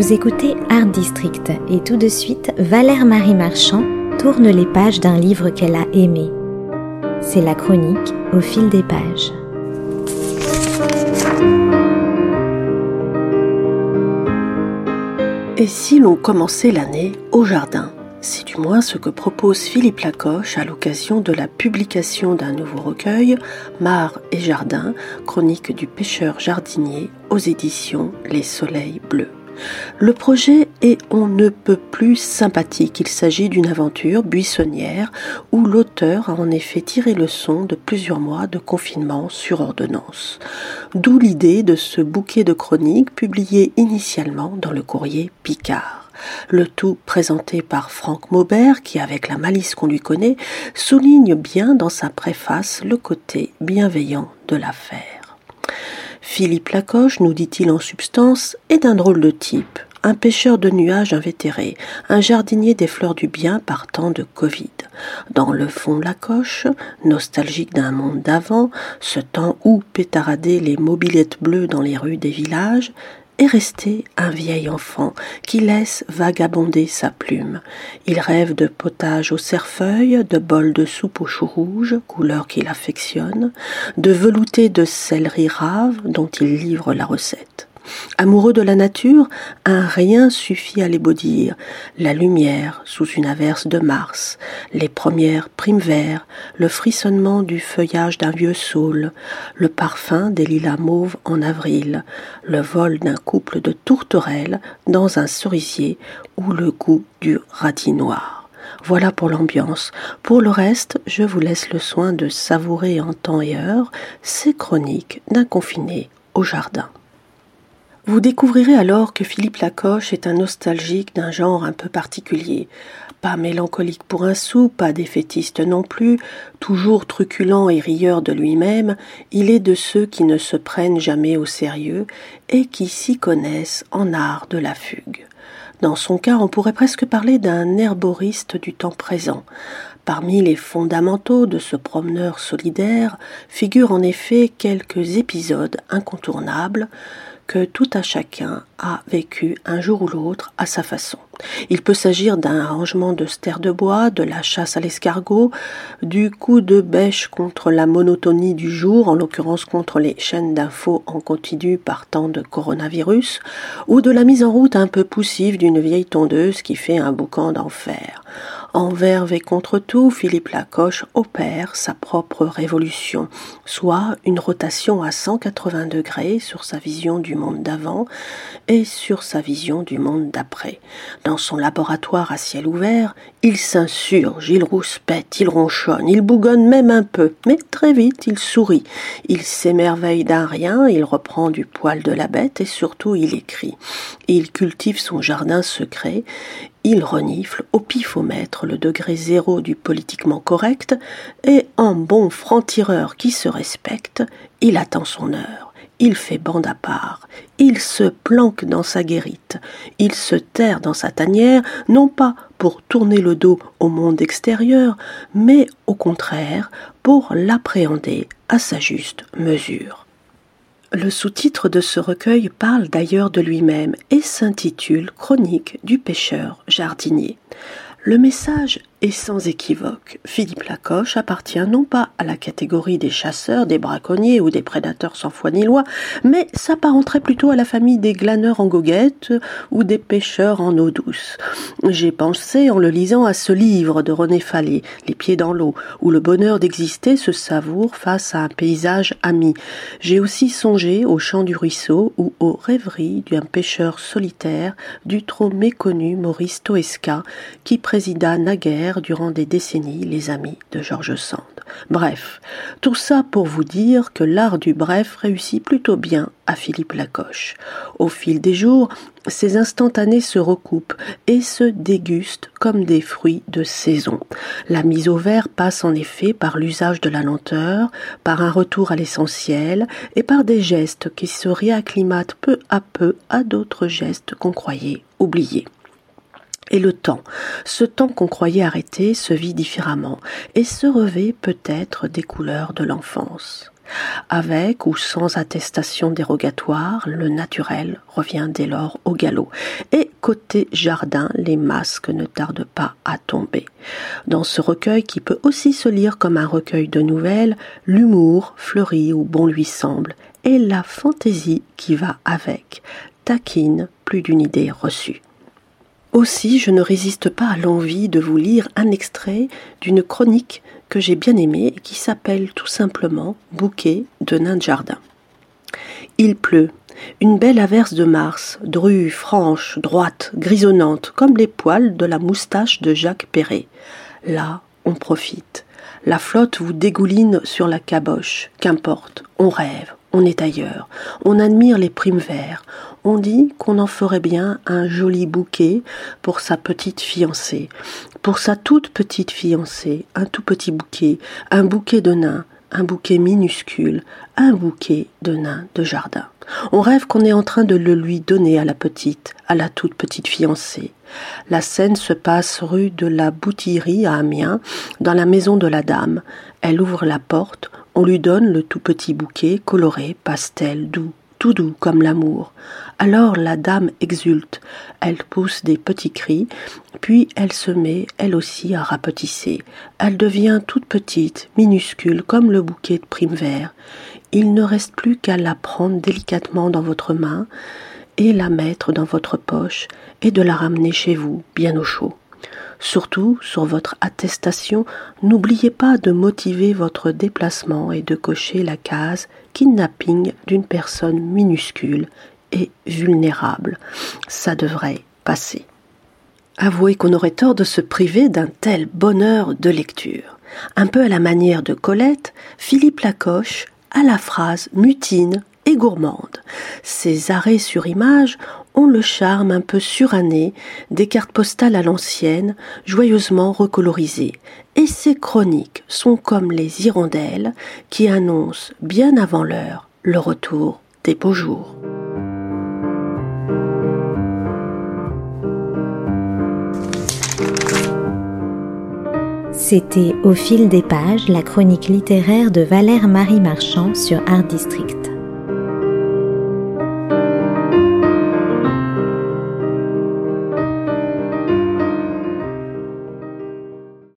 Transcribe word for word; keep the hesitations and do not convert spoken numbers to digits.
Vous écoutez Art District et tout de suite, Valère Marie Marchand tourne les pages d'un livre qu'elle a aimé. C'est la chronique Au fil des pages. Et si l'on commençait l'année au jardin ? C'est du moins ce que propose Philippe Lacoche à l'occasion de la publication d'un nouveau recueil, Mares et Jardins, chronique du pêcheur jardinier aux éditions Les Soleils Bleus. Le projet est on ne peut plus sympathique. Il s'agit d'une aventure buissonnière où l'auteur a en effet tiré leçon de plusieurs mois de confinement sur ordonnance. D'où l'idée de ce bouquet de chroniques publié initialement dans le courrier Picard. Le tout présenté par Franck Maubert qui, avec la malice qu'on lui connaît, souligne bien dans sa préface le côté bienveillant de l'affaire. Philippe Lacoche, nous dit-il en substance, est d'un drôle de type, un pêcheur de nuages invétéré, un jardinier des fleurs du bien partant de Covid. Dans le fond de Lacoche, nostalgique d'un monde d'avant, ce temps où pétaradaient les mobylettes bleues dans les rues des villages, est resté un vieil enfant qui laisse vagabonder sa plume. Il rêve de potage au cerfeuil, de bol de soupe aux choux rouges, couleur qu'il affectionne, de velouté de céleri rave dont il livre la recette. Amoureux de la nature, un rien suffit à l'ébaudir. La lumière sous une averse de mars, les premières primes verts, le frissonnement du feuillage d'un vieux saule, le parfum des lilas mauves en avril, le vol d'un couple de tourterelles dans un cerisier ou le goût du radis noir. Voilà pour l'ambiance. Pour le reste, je vous laisse le soin de savourer en temps et heure ces chroniques d'un confiné au jardin. Vous découvrirez alors que Philippe Lacoche est un nostalgique d'un genre un peu particulier. Pas mélancolique pour un sou, pas défaitiste non plus, toujours truculent et rieur de lui-même, il est de ceux qui ne se prennent jamais au sérieux et qui s'y connaissent en art de la fugue. Dans son cas, on pourrait presque parler d'un herboriste du temps présent. Parmi les fondamentaux de ce promeneur solidaire figurent en effet quelques épisodes incontournables que tout à chacun a vécu un jour ou l'autre à sa façon. Il peut s'agir d'un arrangement de stères de bois, de la chasse à l'escargot, du coup de bêche contre la monotonie du jour, en l'occurrence contre les chaînes d'infos en continu partant de coronavirus, ou de la mise en route un peu poussive d'une vieille tondeuse qui fait un boucan d'enfer. En verve et contre tout, Philippe Lacoche opère sa propre révolution, soit une rotation à cent quatre-vingts degrés sur sa vision du monde d'avant et sur sa vision du monde d'après. Dans son laboratoire à ciel ouvert, il s'insurge, il rouspète, il ronchonne, il bougonne même un peu, mais très vite il sourit. Il s'émerveille d'un rien, il reprend du poil de la bête et surtout il écrit. Il cultive son jardin secret. Il renifle au pifomètre le degré zéro du politiquement correct et en bon franc-tireur qui se respecte, il attend son heure. Il fait bande à part, il se planque dans sa guérite, il se terre dans sa tanière, non pas pour tourner le dos au monde extérieur, mais au contraire pour l'appréhender à sa juste mesure. Le sous-titre de ce recueil parle d'ailleurs de lui-même et s'intitule « Chronique du pêcheur jardinier ». Le message est sans équivoque. Philippe Lacoche appartient non pas à la catégorie des chasseurs, des braconniers ou des prédateurs sans foi ni loi, mais s'apparenterait plutôt à la famille des glaneurs en goguette ou des pêcheurs en eau douce. J'ai pensé en le lisant à ce livre de René Fallet, Les pieds dans l'eau, où le bonheur d'exister se savoure face à un paysage ami. J'ai aussi songé au chant du ruisseau ou aux rêveries d'un pêcheur solitaire du trop méconnu Maurice Toesca, qui présida naguère durant des décennies les Amis de George Sand. Bref, tout ça pour vous dire que l'art du bref réussit plutôt bien à Philippe Lacoche. Au fil des jours, ces instantanés se recoupent et se dégustent comme des fruits de saison. La mise au vert passe en effet par l'usage de la lenteur, par un retour à l'essentiel et par des gestes qui se réacclimatent peu à peu à d'autres gestes qu'on croyait oubliés. Et le temps, ce temps qu'on croyait arrêté, se vit différemment et se revêt peut-être des couleurs de l'enfance. Avec ou sans attestation dérogatoire, le naturel revient dès lors au galop. Et côté jardin, les masques ne tardent pas à tomber. Dans ce recueil, qui peut aussi se lire comme un recueil de nouvelles, l'humour fleurit où bon lui semble, et la fantaisie qui va avec, taquine plus d'une idée reçue. Aussi, je ne résiste pas à l'envie de vous lire un extrait d'une chronique que j'ai bien aimée et qui s'appelle tout simplement « Bouquet de nains de jardin ». Il pleut, une belle averse de mars, drue, franche, droite, grisonnante, comme les poils de la moustache de Jacques Perret. Là, on profite. La flotte vous dégouline sur la caboche. Qu'importe, on rêve, on est ailleurs, on admire les primes verts. On dit qu'on en ferait bien un joli bouquet pour sa petite fiancée. Pour sa toute petite fiancée, un tout petit bouquet, un bouquet de nains, un bouquet minuscule, un bouquet de nains de jardin. On rêve qu'on est en train de le lui donner à la petite, à la toute petite fiancée. La scène se passe rue de la Boutillerie à Amiens, dans la maison de la dame. Elle ouvre la porte, on lui donne le tout petit bouquet coloré, pastel, doux, tout doux comme l'amour. Alors la dame exulte, elle pousse des petits cris, puis elle se met, elle aussi, à rapetisser. Elle devient toute petite, minuscule, comme le bouquet de primes verts. Il ne reste plus qu'à la prendre délicatement dans votre main et la mettre dans votre poche et de la ramener chez vous, bien au chaud. Surtout, sur votre attestation, n'oubliez pas de motiver votre déplacement et de cocher la case « Kidnapping d'une personne minuscule et vulnérable ». Ça devrait passer. Avouez qu'on aurait tort de se priver d'un tel bonheur de lecture. Un peu à la manière de Colette, Philippe Lacoche a la phrase mutine et gourmande. Ces arrêts sur image ont le charme un peu suranné des cartes postales à l'ancienne, joyeusement recolorisées. Et ces chroniques sont comme les hirondelles qui annoncent bien avant l'heure le retour des beaux jours. C'était Au fil des pages, la chronique littéraire de Valère Marie Marchand sur Art District.